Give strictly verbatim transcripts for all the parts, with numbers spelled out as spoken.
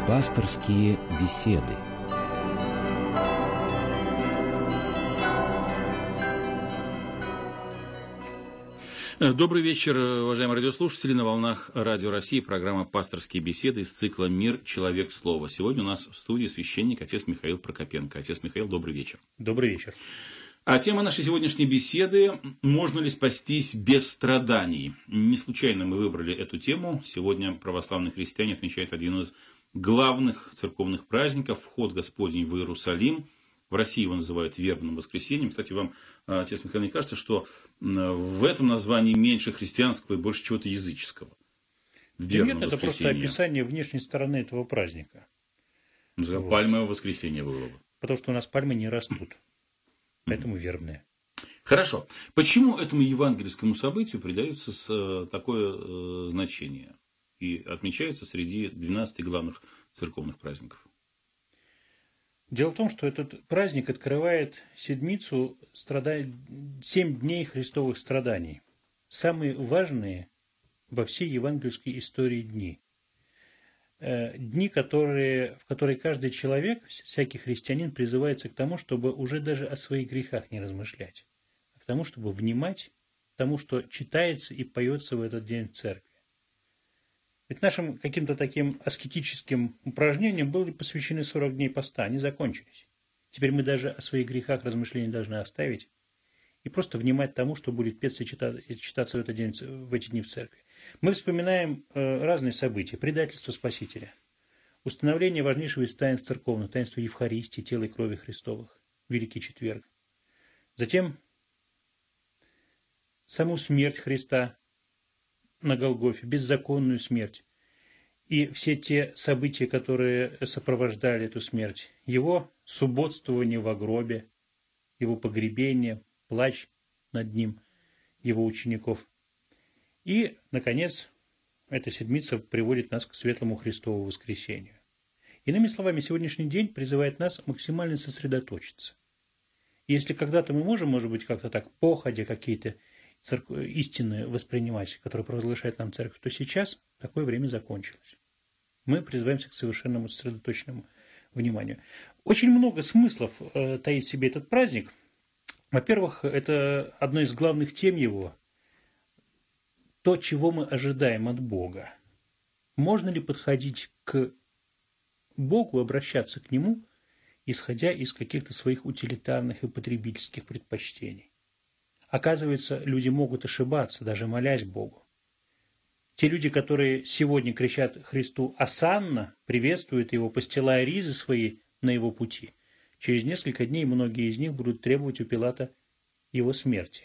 Пасторские беседы. Добрый вечер, уважаемые радиослушатели. На волнах Радио России программа «Пасторские беседы» из цикла «Мир. Человек. Слово». Сегодня у нас в студии священник отец Михаил Прокопенко. Отец Михаил, добрый вечер. Добрый вечер. А тема нашей сегодняшней беседы – «Можно ли спастись без страданий?». Не случайно мы выбрали эту тему. Сегодня православные христиане отмечают один из главных церковных праздников – вход Господень в Иерусалим. В России его называют вербным воскресеньем. Кстати, вам, отец Михаил, не кажется, что в этом названии меньше христианского и больше чего-то языческого? Нет, это просто описание внешней стороны этого праздника. Вот. Пальмовое воскресенье было бы. Потому что у нас пальмы не растут. Поэтому вербное. Хорошо. Почему этому евангельскому событию придается такое значение и отмечается среди двенадцати главных церковных праздников? Дело в том, что этот праздник открывает седмицу страда... семь дней христовых страданий. Самые важные во всей евангельской истории дни. Дни, которые, в которые каждый человек, всякий христианин, призывается к тому, чтобы уже даже о своих грехах не размышлять, а к тому, чтобы внимать тому, что читается и поется в этот день в церкви. Ведь нашим каким-то таким аскетическим упражнениям были посвящены сорок дней поста, они закончились. Теперь мы даже о своих грехах размышления должны оставить и просто внимать тому, что будет петься и читаться в, этот день, в эти дни в церкви. Мы вспоминаем э, разные события. Предательство Спасителя, установление важнейшего из таинств церковных, таинства Евхаристии, тела и крови Христовых, Великий Четверг. Затем саму смерть Христа на Голгофе, беззаконную смерть. И все те события, которые сопровождали эту смерть. Его субботствование во гробе, его погребение, плач над ним, его учеников. И, наконец, эта седмица приводит нас к светлому Христову воскресению. Иными словами, сегодняшний день призывает нас максимально сосредоточиться. И если когда-то мы можем, может быть, как-то так походя какие-то церкв... истины воспринимать, которые провозглашает нам церковь, то сейчас такое время закончилось. Мы призываемся к совершенному сосредоточенному вниманию. Очень много смыслов э, таит в себе этот праздник. Во-первых, это одна из главных тем его. То, чего мы ожидаем от Бога. Можно ли подходить к Богу, обращаться к Нему, исходя из каких-то своих утилитарных и потребительских предпочтений? Оказывается, люди могут ошибаться, даже молясь Богу. Те люди, которые сегодня кричат Христу «Осанна», приветствуют Его, постилая ризы свои на Его пути, через несколько дней многие из них будут требовать у Пилата Его смерти.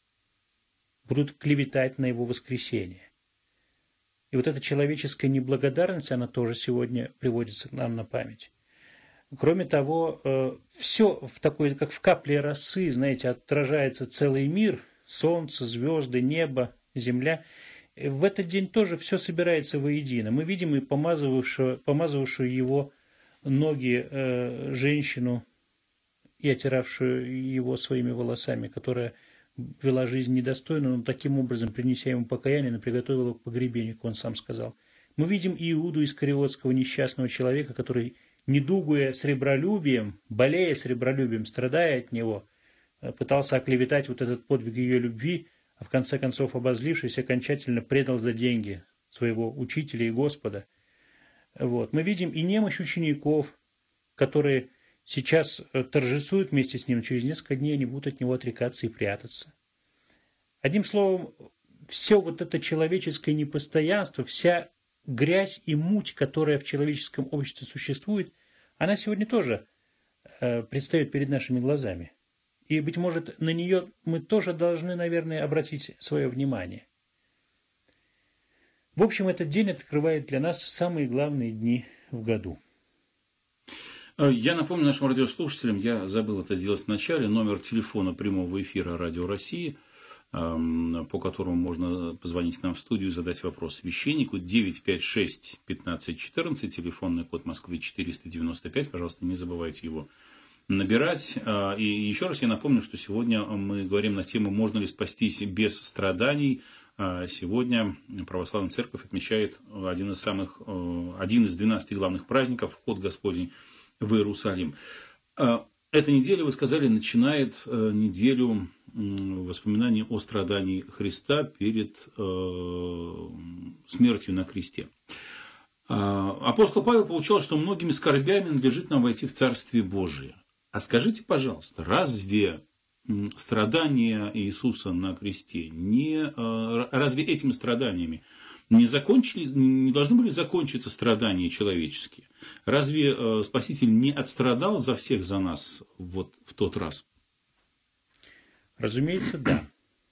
Будут клеветать на его воскресение. И вот эта человеческая неблагодарность, она тоже сегодня приводится к нам на память. Кроме того, все в такой, как в капле росы, знаете, отражается целый мир, солнце, звезды, небо, земля. В этот день тоже все собирается воедино. Мы видим и помазывавшую, помазывавшую его ноги э, женщину и отиравшую его своими волосами, которая вела жизнь недостойную, но таким образом, принеся ему покаяние, она приготовила к погребению, как он сам сказал. Мы видим Иуду Искариотского, несчастного человека, который, недугуя сребролюбием, болея сребролюбием, страдая от него, пытался оклеветать вот этот подвиг ее любви, а в конце концов, обозлившись, окончательно предал за деньги своего учителя и Господа. Вот. Мы видим и немощь учеников, которые сейчас торжествуют вместе с ним, через несколько дней они будут от него отрекаться и прятаться. Одним словом, все вот это человеческое непостоянство, вся грязь и муть, которая в человеческом обществе существует, она сегодня тоже э, предстает перед нашими глазами. И, быть может, на нее мы тоже должны, наверное, обратить свое внимание. В общем, этот день открывает для нас самые главные дни в году. Я напомню нашим радиослушателям, я забыл это сделать в начале, номер телефона прямого эфира Радио России, по которому можно позвонить к нам в студию и задать вопрос священнику, девять пять шесть пятнадцать четырнадцать, телефонный код Москвы четыреста девяносто пять, пожалуйста, не забывайте его набирать. И еще раз я напомню, что сегодня мы говорим на тему «Можно ли спастись без страданий?». Сегодня Православная Церковь отмечает один из самых, один из двенадцати главных праздников, вход Господень в Иерусалим. Эта неделя, вы сказали, начинает неделю воспоминаний о страдании Христа перед смертью на кресте. Апостол Павел получал, что многими скорбями надлежит нам войти в Царствие Божие. А скажите, пожалуйста, разве страдания Иисуса на кресте, не, разве этими страданиями не, закончили, не должны были закончиться страдания человеческие? Разве Спаситель не отстрадал за всех за нас вот в тот раз? Разумеется, да.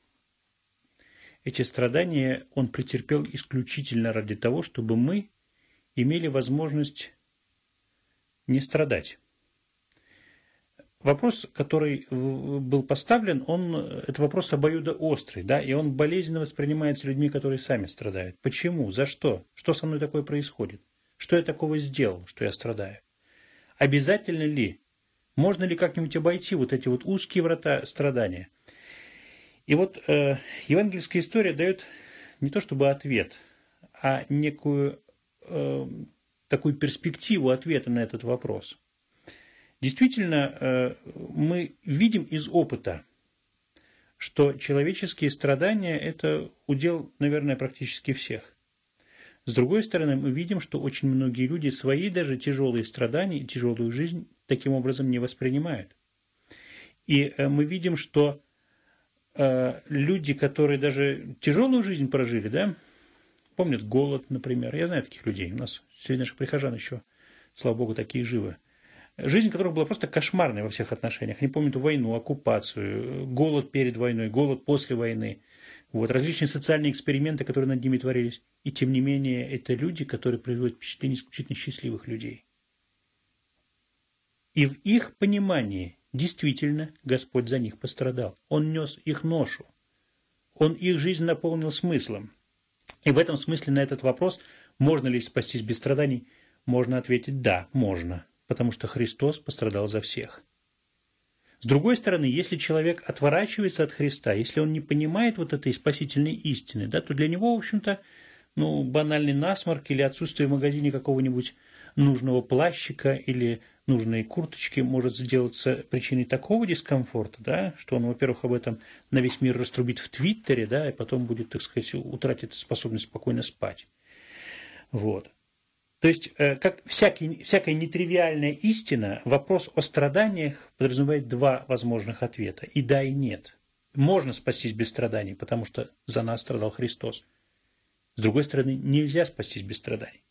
Эти страдания Он претерпел исключительно ради того, чтобы мы имели возможность не страдать. Вопрос, который был поставлен, он, это вопрос обоюдоострый, да, и он болезненно воспринимается людьми, которые сами страдают. Почему? За что? Что со мной такое происходит? Что я такого сделал, что я страдаю? Обязательно ли? Можно ли как-нибудь обойти вот эти вот узкие врата страдания? И вот э, евангельская история дает не то чтобы ответ, а некую э, такую перспективу ответа на этот вопрос. Действительно, мы видим из опыта, что человеческие страдания – это удел, наверное, практически всех. С другой стороны, мы видим, что очень многие люди свои даже тяжелые страдания и тяжелую жизнь таким образом не воспринимают. И мы видим, что люди, которые даже тяжелую жизнь прожили, да, помнят голод, например. Я знаю таких людей. У нас среди наших прихожан еще, слава богу, такие живы. Жизнь которых была просто кошмарной во всех отношениях. Они помнят войну, оккупацию, голод перед войной, голод после войны. Вот, различные социальные эксперименты, которые над ними творились. И тем не менее, это люди, которые производят впечатление исключительно счастливых людей. И в их понимании действительно Господь за них пострадал. Он нес их ношу. Он их жизнь наполнил смыслом. И в этом смысле на этот вопрос, можно ли спастись без страданий, можно ответить «да, можно». Потому что Христос пострадал за всех. С другой стороны, если человек отворачивается от Христа, если он не понимает вот этой спасительной истины, да, то для него, в общем-то, ну, банальный насморк или отсутствие в магазине какого-нибудь нужного плащика или нужной курточки может сделаться причиной такого дискомфорта, да, что он, во-первых, об этом на весь мир раструбит в Твиттере, да, и потом будет, так сказать, утратит способность спокойно спать. Вот. То есть, как всякий, всякая нетривиальная истина, вопрос о страданиях подразумевает два возможных ответа. И да, и нет. Можно спастись без страданий, потому что за нас страдал Христос. С другой стороны, нельзя спастись без страданий.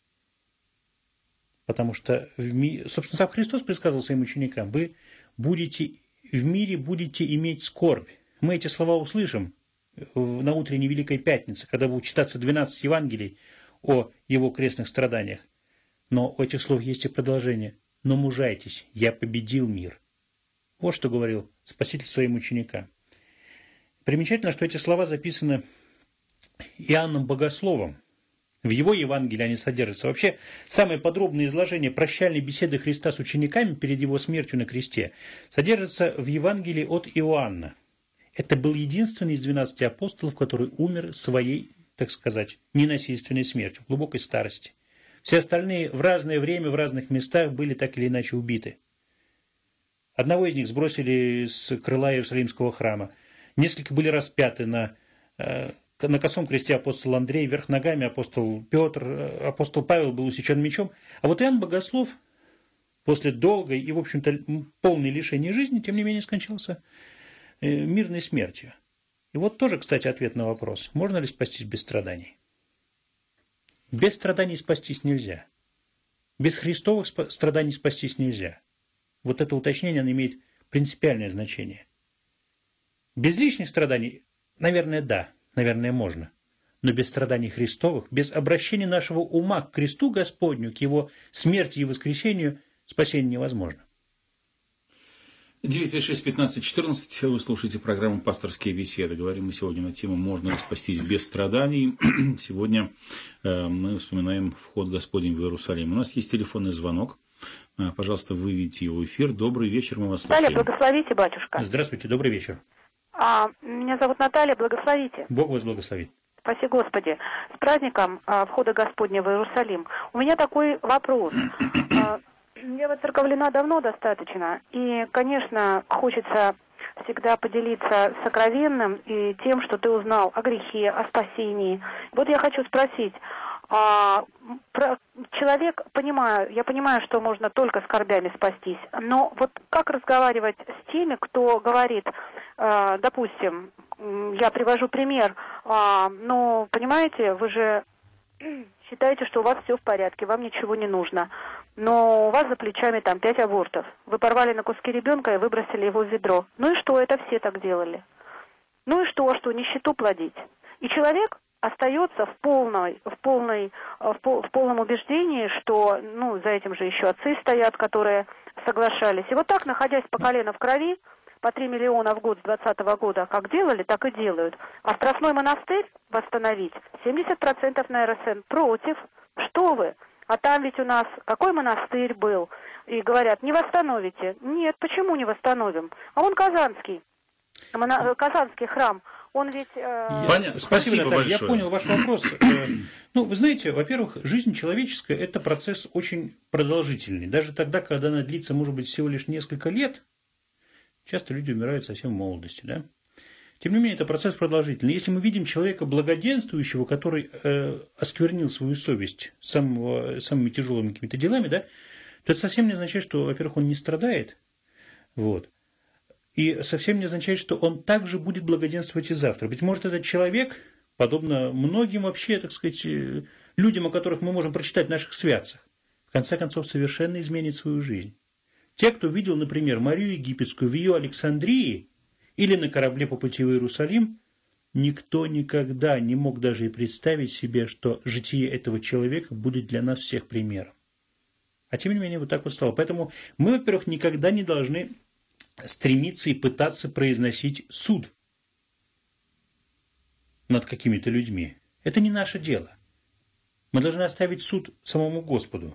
Потому что, в ми... собственно, сам Христос предсказал своим ученикам, вы будете в мире будете иметь скорбь. Мы эти слова услышим на утренней Великой Пятнице, когда будут читаться двенадцать Евангелий о его крестных страданиях. Но у этих слов есть и продолжение. «Но мужайтесь, я победил мир». Вот что говорил Спаситель своим ученикам. Примечательно, что эти слова записаны Иоанном Богословом. В его Евангелии они содержатся. Вообще, самое подробное изложение прощальной беседы Христа с учениками перед его смертью на кресте содержится в Евангелии от Иоанна. Это был единственный из двенадцати апостолов, который умер своей, так сказать, ненасильственной смертью, в глубокой старости. Все остальные в разное время, в разных местах были так или иначе убиты. Одного из них сбросили с крыла Иерусалимского храма. Несколько были распяты на, на косом кресте апостол Андрей, вверх ногами апостол Петр, апостол Павел был усечен мечом. А вот Иоанн Богослов после долгой и, в общем-то, полной лишения жизни, тем не менее, скончался мирной смертью. И вот тоже, кстати, ответ на вопрос, можно ли спастись без страданий. Без страданий спастись нельзя. Без христовых страданий спастись нельзя. Вот это уточнение, оно имеет принципиальное значение. Без лишних страданий, наверное, да, наверное, можно. Но без страданий христовых, без обращения нашего ума к кресту Господню, к его смерти и воскресению, спасение невозможно. девять пять шесть пятнадцать четырнадцать. Вы слушаете программу «Пасторские беседы». Говорим мы сегодня на тему «Можно ли спастись без страданий?». Сегодня э, мы вспоминаем вход Господень в Иерусалим. У нас есть телефонный звонок. Э, пожалуйста, выведите его в эфир. Добрый вечер, мы вас слушаем. Наталья, благословите, батюшка. Здравствуйте, добрый вечер. А, меня зовут Наталья, благословите. Бог вас благословит. спаси Господи, с праздником а, входа Господня в Иерусалим. У меня такой вопрос. А, я воцерковлена давно достаточно, и, конечно, хочется всегда поделиться сокровенным и тем, что ты узнал о грехе, о спасении. Вот я хочу спросить, а, про, человек, понимаю, я понимаю, что можно только скорбями спастись, но вот как разговаривать с теми, кто говорит, а, допустим, я привожу пример, а, ну, понимаете, вы же считаете, что у вас все в порядке, вам ничего не нужно, но у вас за плечами там пять абортов, вы порвали на куски ребенка и выбросили его в ведро. Ну и что, это все так делали. Ну и что, что нищету плодить? И человек остается в полной, в полной, в, пол, в полном убеждении, что, ну, за этим же еще отцы стоят, которые соглашались. И вот так, находясь по колено в крови, по три миллиона в год с двадцатого года, как делали, так и делают. А Страстной монастырь восстановить семьдесят процентов на эр эс эн против. Что вы? А там ведь у нас какой монастырь был? И говорят, не восстановите. Нет, почему не восстановим? А он Казанский, Казанский храм. Он ведь... Э... Понятно. Спасибо, Спасибо Наталья. Я понял ваш вопрос. Ну, вы знаете, во-первых, жизнь человеческая – это процесс очень продолжительный. Даже тогда, когда она длится, может быть, всего лишь несколько лет, часто люди умирают совсем в молодости, да? Тем не менее, это процесс продолжительный. Если мы видим человека благоденствующего, который э, осквернил свою совесть самого, самыми тяжелыми какими-то делами, да, то это совсем не означает, что, во-первых, он не страдает, вот, и совсем не означает, что он также будет благоденствовать и завтра. Быть может, этот человек, подобно многим вообще, так сказать, людям, о которых мы можем прочитать в наших святцах, в конце концов, совершенно изменит свою жизнь. Те, кто видел, например, Марию Египетскую в ее Александрии, или на корабле по пути в Иерусалим, никто никогда не мог даже и представить себе, что житие этого человека будет для нас всех примером. А тем не менее, вот так вот стало. Поэтому мы, во-первых, никогда не должны стремиться и пытаться произносить суд над какими-то людьми. Это не наше дело. Мы должны оставить суд самому Господу.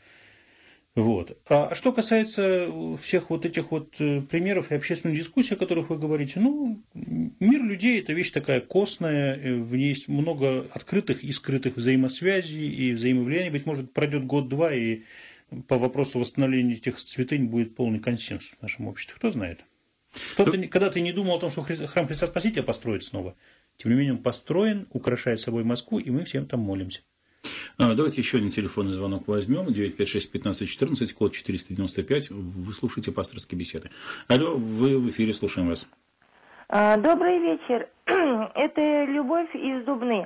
Вот. А что касается всех вот этих вот примеров и общественной дискуссии, о которых вы говорите, ну, мир людей – это вещь такая костная, в ней есть много открытых и скрытых взаимосвязей и взаимовлияний. Быть может, пройдет год-два, и по вопросу восстановления этих святынь будет полный консенсус в нашем обществе. Кто знает? Кто-то когда-то не думал о том, что храм Христа Спасителя построить снова. Тем не менее, он построен, украшает собой Москву, и мы всем там молимся. Давайте еще один телефонный звонок возьмем. девять пять шесть пятнадцать четырнадцать, код четыреста девяносто пять. Вы слушаете пасторские беседы. Алло, вы в эфире, слушаем вас. Добрый вечер. Это Любовь из Дубны.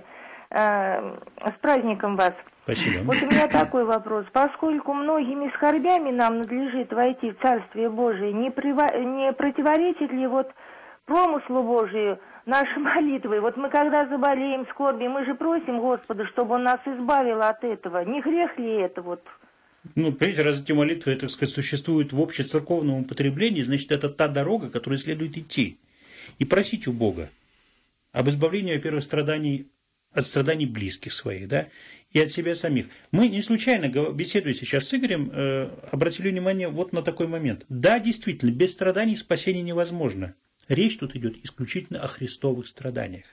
С праздником вас. Спасибо. Вот у меня такой вопрос. Поскольку многими скорбями нам надлежит войти в Царствие Божие, не, приво... не противоречит ли вот промыслу Божию наши молитвы? Вот мы когда заболеем, скорби, мы же просим Господа, чтобы Он нас избавил от этого. Не грех ли это вот? Ну, понимаете, раз эти молитвы, так сказать, существуют в общецерковном употреблении, значит, это та дорога, которой следует идти. И просить у Бога об избавлении, во-первых, страданий, от страданий близких своих, да, и от себя самих. Мы не случайно, беседуя сейчас с Игорем, э, обратили внимание вот на такой момент. Да, действительно, без страданий спасение невозможно. Речь тут идет исключительно о христовых страданиях.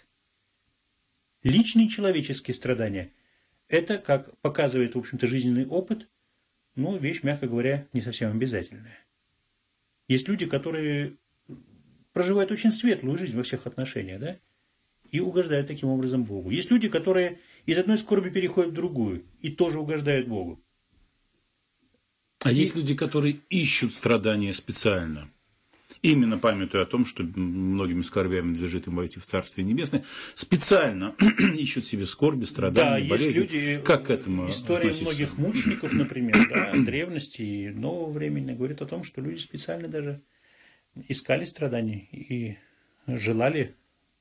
Личные человеческие страдания – это, как показывает, в общем-то, жизненный опыт, ну, вещь, мягко говоря, не совсем обязательная. Есть люди, которые проживают очень светлую жизнь во всех отношениях, да, и угождают таким образом Богу. Есть люди, которые из одной скорби переходят в другую и тоже угождают Богу. А и... есть люди, которые ищут страдания специально. Именно памятуя о том, что многими скорбями надлежит им войти в Царствие Небесное, специально ищут себе скорби, страдания, да, болезни. Есть люди, как к этому история относиться? Многих мучеников, например, да, древности и нового времени говорит о том, что люди специально даже искали страданий и желали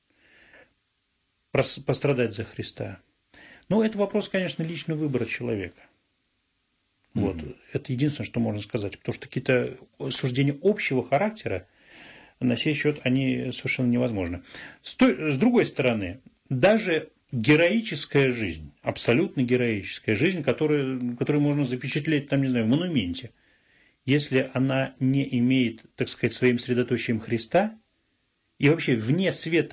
пострадать за Христа. Но это вопрос, конечно, личного выбора человека. Вот. Mm-hmm. Это единственное, что можно сказать. Потому что какие-то суждения общего характера на сей счет они совершенно невозможны. С, той, с другой стороны, даже героическая жизнь, абсолютно героическая жизнь, которую, которую можно запечатлеть там, не знаю, в монументе, если она не имеет, так сказать, своим средоточием Христа, и вообще вне света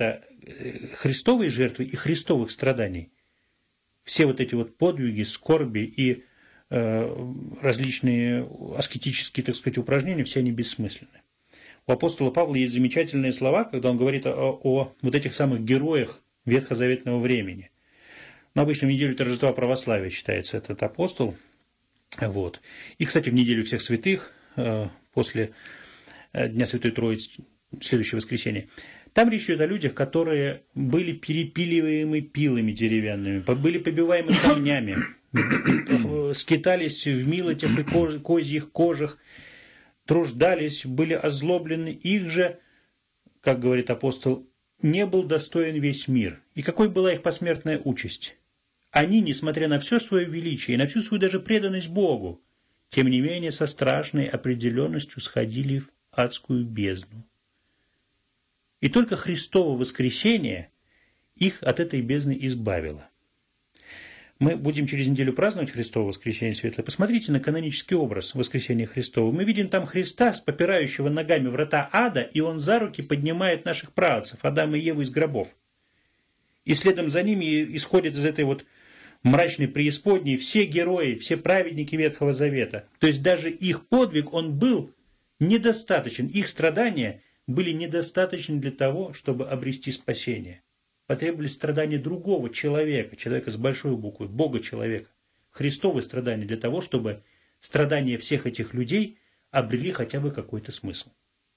Христовой жертвы и христовых страданий. Все вот эти вот подвиги, скорби и э, различные аскетические, так сказать, упражнения, все они бессмысленны. У апостола Павла есть замечательные слова, когда он говорит о, о вот этих самых героях ветхозаветного времени. Но обычно в неделю торжества православия считается этот апостол. Вот. И, кстати, в неделю всех святых, э, после Дня Святой Троицы, следующее воскресенье, там речь идет о людях, которые были перепиливаемы пилами деревянными, были побиваемы камнями, скитались в милотях и кож, козьих кожах, труждались, были озлоблены. Их же, как говорит апостол, не был достоин весь мир. И какой была их посмертная участь? Они, несмотря на все свое величие и на всю свою даже преданность Богу, тем не менее со страшной определенностью сходили в адскую бездну. И только Христово воскресение их от этой бездны избавило. Мы будем через неделю праздновать Христово воскресение светлое. Посмотрите на канонический образ воскресения Христова. Мы видим там Христа, попирающего ногами врата ада, и он за руки поднимает наших праотцев, Адама и Еву, из гробов. И следом за ними исходят из этой вот мрачной преисподней все герои, все праведники Ветхого Завета. То есть даже их подвиг, он был недостаточен, их страдания были недостаточны для того, чтобы обрести спасение. Потребовались страдания другого человека, человека с большой буквы, Бога-человека. Христовые страдания для того, чтобы страдания всех этих людей обрели хотя бы какой-то смысл.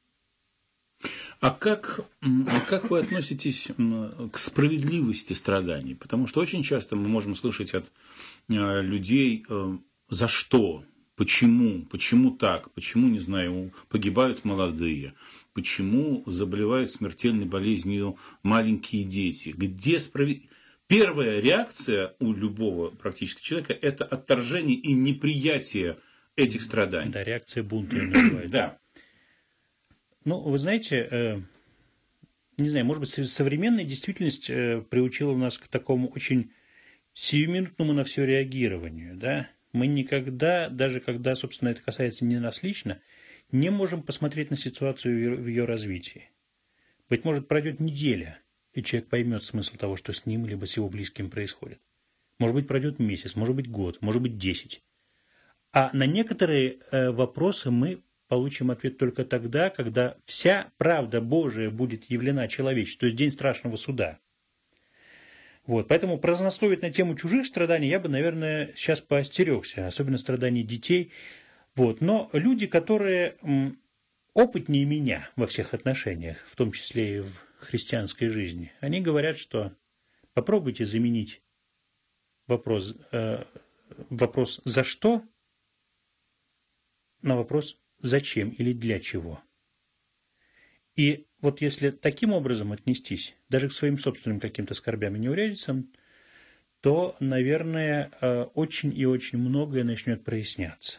А как, а как вы относитесь к справедливости страданий? Потому что очень часто мы можем слышать от людей, за что, почему, почему так, почему, не знаю, погибают молодые, почему заболевают смертельной болезнью маленькие дети. Где справедливость? Первая реакция у любого практически человека – это отторжение и неприятие этих страданий. Да, реакция бунта называется. Да. Ну, вы знаете, э, не знаю, может быть, современная действительность э, приучила нас к такому очень сиюминутному на все реагированию, да? Мы никогда, даже когда, собственно, это касается не нас лично, не можем посмотреть на ситуацию в ее развитии. Быть может, пройдет неделя, и человек поймет смысл того, что с ним либо с его близким происходит. Может быть, пройдет месяц, может быть, год, может быть, десять. А на некоторые э, вопросы мы получим ответ только тогда, когда вся правда Божия будет явлена человечеству, то есть день страшного суда. Вот, поэтому празднословить на тему чужих страданий я бы, наверное, сейчас поостерегся, особенно страданий детей. Вот. Но люди, которые м, опытнее меня во всех отношениях, в том числе и в христианской жизни, они говорят, что попробуйте заменить вопрос, э, вопрос «за что?» на вопрос «зачем» или «для чего?». И вот если таким образом отнестись, даже к своим собственным каким-то скорбям и неурядицам, то, наверное, очень и очень многое начнет проясняться.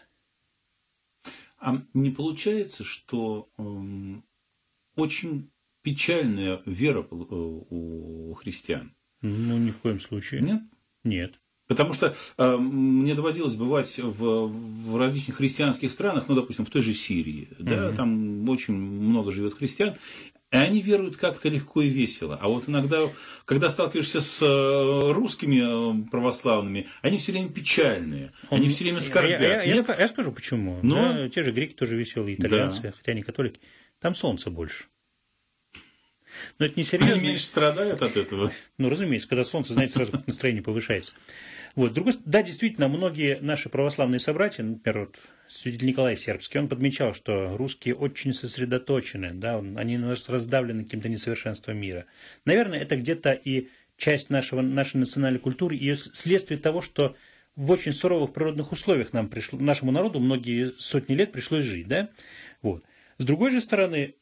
А не получается, что э, очень печальная вера у христиан? Ну, ни в коем случае. Нет? Нет. Потому что э, мне доводилось бывать в, в различных христианских странах, ну, допустим, в той же Сирии, mm-hmm. да, там очень много живет христиан, и они веруют как-то легко и весело. А вот иногда, когда сталкиваешься с русскими православными, они все время печальные, они все время скорбят. Я, я, я, я скажу почему. Но... Да, те же греки тоже веселые, итальянцы, да. Хотя они католики. Там солнца больше. Но это не серьезно. Они меньше страдают от этого. Ну, разумеется, когда солнце, знаете, сразу настроение повышается. Вот. Другой, да, действительно, многие наши православные собратья, например, вот, святитель Николай Сербский, он подмечал, что русские очень сосредоточены, да, они раздавлены каким-то несовершенством мира. Наверное, это где-то и часть нашего, нашей национальной культуры, и следствие того, что в очень суровых природных условиях нам пришло, нашему народу многие сотни лет пришлось жить. Да? Вот. С другой же стороны,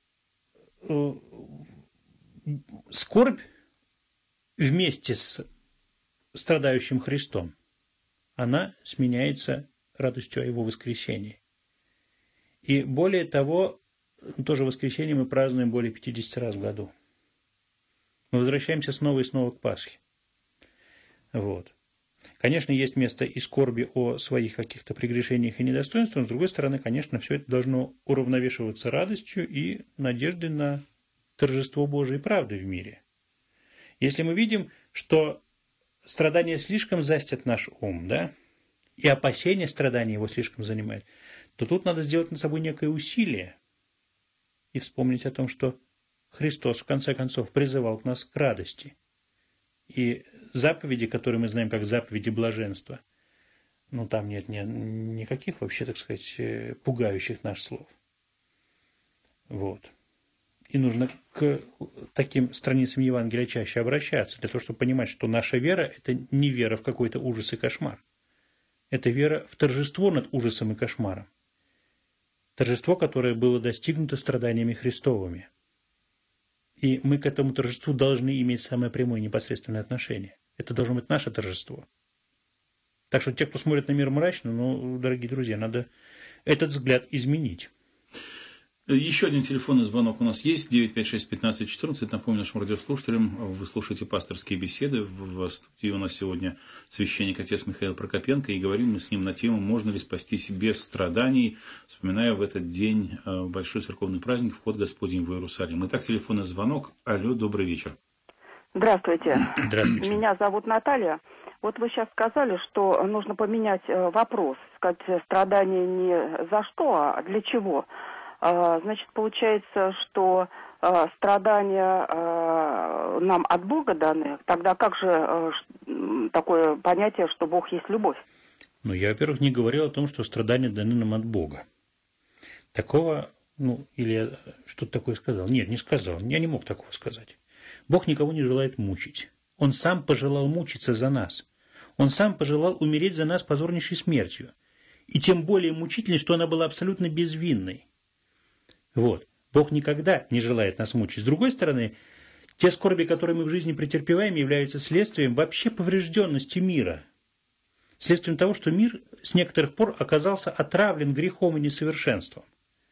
скорбь вместе с страдающим Христом, она сменяется радостью о Его воскресении. И более того, тоже воскресенье мы празднуем более пятидесяти раз в году. Мы возвращаемся снова и снова к Пасхе. Вот. Конечно, есть место и скорби о своих каких-то прегрешениях и недостоинствах, но, с другой стороны, конечно, все это должно уравновешиваться радостью и надеждой на торжество Божией правды в мире. Если мы видим, что страдания слишком застят наш ум, да, и опасение страданий его слишком занимает, то тут надо сделать над собой некое усилие и вспомнить о том, что Христос, в конце концов, призывал нас к радости. И заповеди, которые мы знаем как заповеди блаженства, ну, там нет ни, никаких вообще, так сказать, пугающих нас слов. Вот. И нужно к таким страницам Евангелия чаще обращаться, для того, чтобы понимать, что наша вера – это не вера в какой-то ужас и кошмар. Это вера в торжество над ужасом и кошмаром. Торжество, которое было достигнуто страданиями Христовыми. И мы к этому торжеству должны иметь самое прямое непосредственное отношение. Это должно быть наше торжество. Так что те, кто смотрит на мир мрачно, ну, дорогие друзья, надо этот взгляд изменить. Еще один телефонный звонок у нас есть. девять пять шесть пятнадцать четырнадцать. Напомню нашим радиослушателям, вы слушаете пасторские беседы. В студии у нас сегодня священник отец Михаил Прокопенко. И говорим мы с ним на тему, можно ли спастись без страданий, вспоминая в этот день большой церковный праздник, вход Господень в Иерусалим. Итак, телефонный звонок. Алло, добрый вечер. Здравствуйте. Здравствуйте. Меня зовут Наталья. Вот вы сейчас сказали, что нужно поменять вопрос. Сказать, страдания не за что, а для чего. Значит, получается, что э, страдания э, нам от Бога даны. Тогда как же э, такое понятие, что Бог есть любовь? Ну, я, во-первых, не говорил о том, что страдания даны нам от Бога. Такого, ну, или я что-то такое сказал. Нет, не сказал. Я не мог такого сказать. Бог никого не желает мучить. Он сам пожелал мучиться за нас. Он сам пожелал умереть за нас позорнейшей смертью. И тем более мучительной, что она была абсолютно безвинной. Вот. Бог никогда не желает нас мучить. С другой стороны, те скорби, которые мы в жизни претерпеваем, являются следствием вообще поврежденности мира. Следствием того, что мир с некоторых пор оказался отравлен грехом и несовершенством.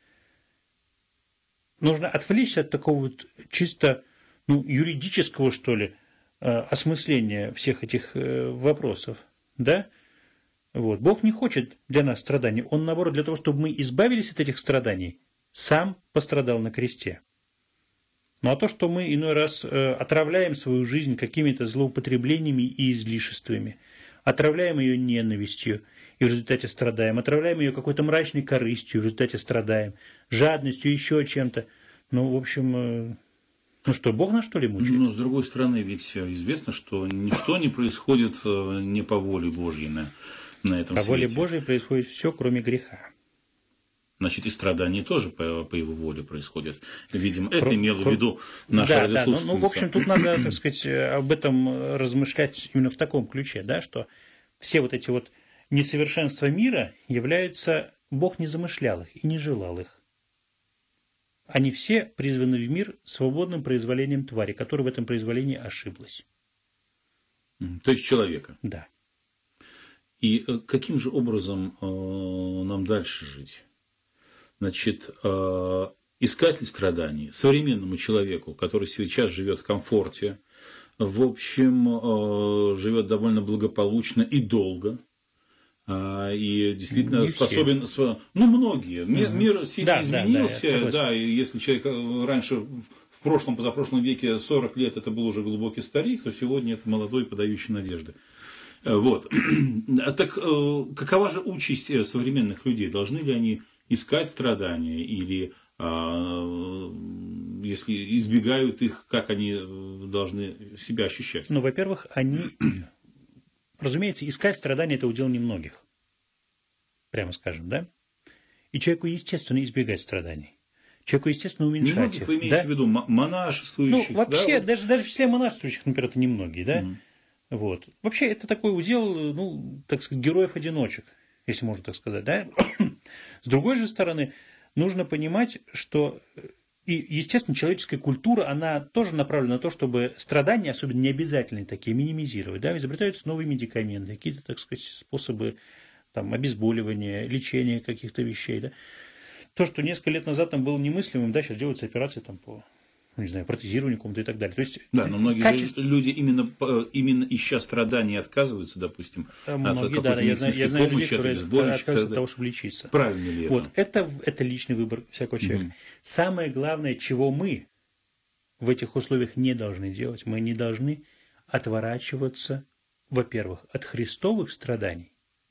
Нужно отвлечься от такого вот чисто ну, юридического, что ли, осмысления всех этих вопросов. Да? Вот. Бог не хочет для нас страданий. Он, наоборот, для того, чтобы мы избавились от этих страданий, сам пострадал на кресте. Ну а то, что мы иной раз э, отравляем свою жизнь какими-то злоупотреблениями и излишествами, отравляем ее ненавистью и в результате страдаем, отравляем ее какой-то мрачной корыстью и в результате страдаем, жадностью, еще чем-то. Ну, в общем, э, ну что, Бог нас что ли мучает? Но с другой стороны, ведь известно, что ничто не происходит не по воле Божьей на, на этом по свете. По воле Божьей происходит все, кроме греха. Значит, и страдания тоже по, по его воле происходят. Видимо, это Кро... имело в виду наша да, радиослушательница. Да, ну, ну, в общем, тут надо, так сказать, об этом размышлять именно в таком ключе, да, что все вот эти вот несовершенства мира являются, Бог не замышлял их и не желал их. Они все призваны в мир свободным произволением твари, которая в этом произволении ошиблась. То есть человека. Да. И каким же образом э, нам дальше жить? Значит, э, искатель страданий современному человеку, который сейчас живет в комфорте, в общем, э, живет довольно благополучно и долго, э, и действительно не способен, все. ну, многие. Мир, угу. мир сильно да, изменился, да, да, да, и если человек раньше, в прошлом, позапрошлом веке сорок лет, это был уже глубокий старик, то сегодня это молодой, подающий надежды. Вот. Так какова же участь современных людей? Должны ли они искать страдания или, если избегают их, как они должны себя ощущать? Ну, во-первых, они, разумеется, искать страдания – это удел немногих, прямо скажем, да? И человеку, естественно, избегать страданий. Человеку, естественно, уменьшать немногих, их. Вы имеете да? в виду монашествующих? Ну, вообще, да? даже, даже в числе монашествующих, например, это немногие, да? Mm. Вот. Вообще, это такой удел, ну, так сказать, героев-одиночек, если можно так сказать, да? С другой же стороны, нужно понимать, что, и, естественно, человеческая культура, она тоже направлена на то, чтобы страдания, особенно необязательные такие, минимизировать, да? Изобретаются новые медикаменты, какие-то, так сказать, способы там, обезболивания, лечения каких-то вещей, да? То, что несколько лет назад там было немыслимым, да, сейчас делаются операции там по... не знаю, протезированию какому-то и так далее. То есть, да, но многие качество... люди именно, именно ища страданий отказываются, допустим, многие, от да, я знаю, я знаю помощи, людей, которые отказываются от того, чтобы лечиться. Правильно ли вот, это? это? Это личный выбор всякого человека. Mm-hmm. Самое главное, чего мы в этих условиях не должны делать? Мы не должны отворачиваться, во-первых, от христовых страданий,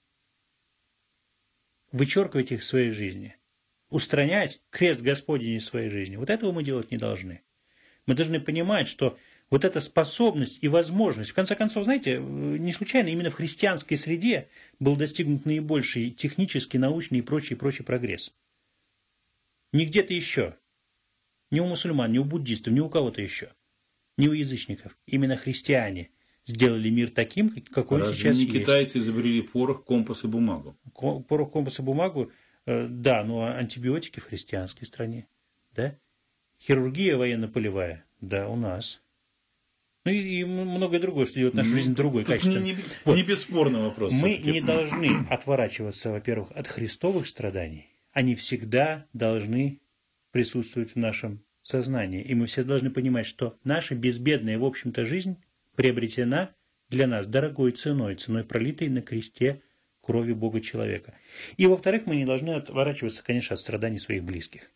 вычеркивать их из своей жизни, устранять крест Господень из своей жизни. Вот этого мы делать не должны. Мы должны понимать, что вот эта способность и возможность, в конце концов, знаете, не случайно именно в христианской среде был достигнут наибольший технический, научный и прочий, прочий прогресс. Не где-то еще. Ни у мусульман, ни у буддистов, ни у кого-то еще. Ни у язычников. Именно христиане сделали мир таким, какой он сейчас есть. Разве не китайцы изобрели порох, компас и бумагу? Порох, компас и бумагу, э, да, но антибиотики в христианской стране, да? Хирургия военно-полевая, да, у нас. Ну и, и многое другое, что делает нашу жизнь другой, качественной. Не, не, вот. не бесспорный вопрос. Мы все-таки. не должны отворачиваться, во-первых, от христовых страданий. Они всегда должны присутствовать в нашем сознании. И мы все должны понимать, что наша безбедная, в общем-то, жизнь приобретена для нас дорогой ценой, ценой пролитой на кресте крови Бога человека. И, во-вторых, мы не должны отворачиваться, конечно, от страданий своих близких.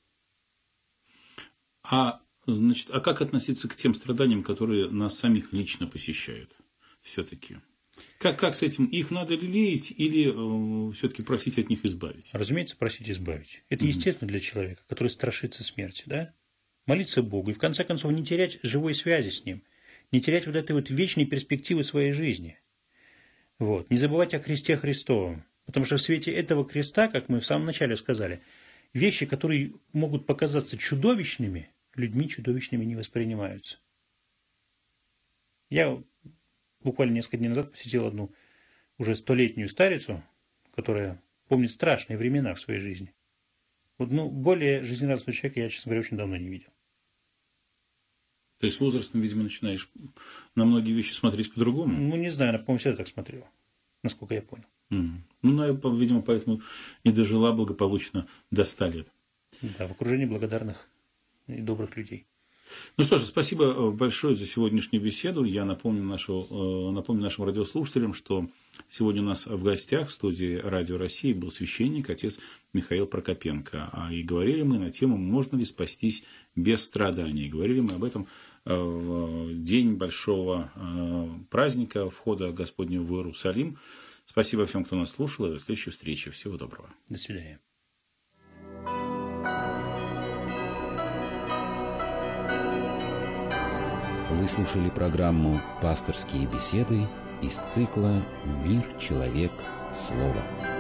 А, значит, а как относиться к тем страданиям, которые нас самих лично посещают? Все-таки. Как, как с этим? Их надо лелеять или э, все-таки просить от них избавить? Разумеется, просить избавить. Это mm-hmm. естественно для человека, который страшится смерти, да? Молиться Богу и, в конце концов, не терять живой связи с Ним, не терять вот этой вот вечной перспективы своей жизни. Вот. Не забывать о кресте Христовом. Потому что в свете этого креста, как мы в самом начале сказали, вещи, которые могут показаться чудовищными, людьми чудовищными не воспринимаются. Я буквально несколько дней назад посетил одну уже столетнюю старицу, которая помнит страшные времена в своей жизни. Вот, ну, более жизнерадостного человека я, честно говоря, очень давно не видел. То есть с возрастом, видимо, начинаешь на многие вещи смотреть по-другому? Ну, не знаю, она, по-моему, всегда так смотрела, насколько я понял. Mm. Ну, она, видимо, поэтому и дожила благополучно до ста лет. Да, в окружении благодарных и добрых людей. Ну что ж, спасибо большое за сегодняшнюю беседу. Я напомню, нашу, напомню нашим радиослушателям, что сегодня у нас в гостях в студии Радио России был священник, отец Михаил Прокопенко. И говорили мы на тему «Можно ли спастись без страданий?». Говорили мы об этом в день большого праздника входа Господня в Иерусалим. Спасибо всем, кто нас слушал. И до следующей встречи. Всего доброго. До свидания. Вы слушали программу «Пасторские беседы» из цикла «Мир, человек, слово».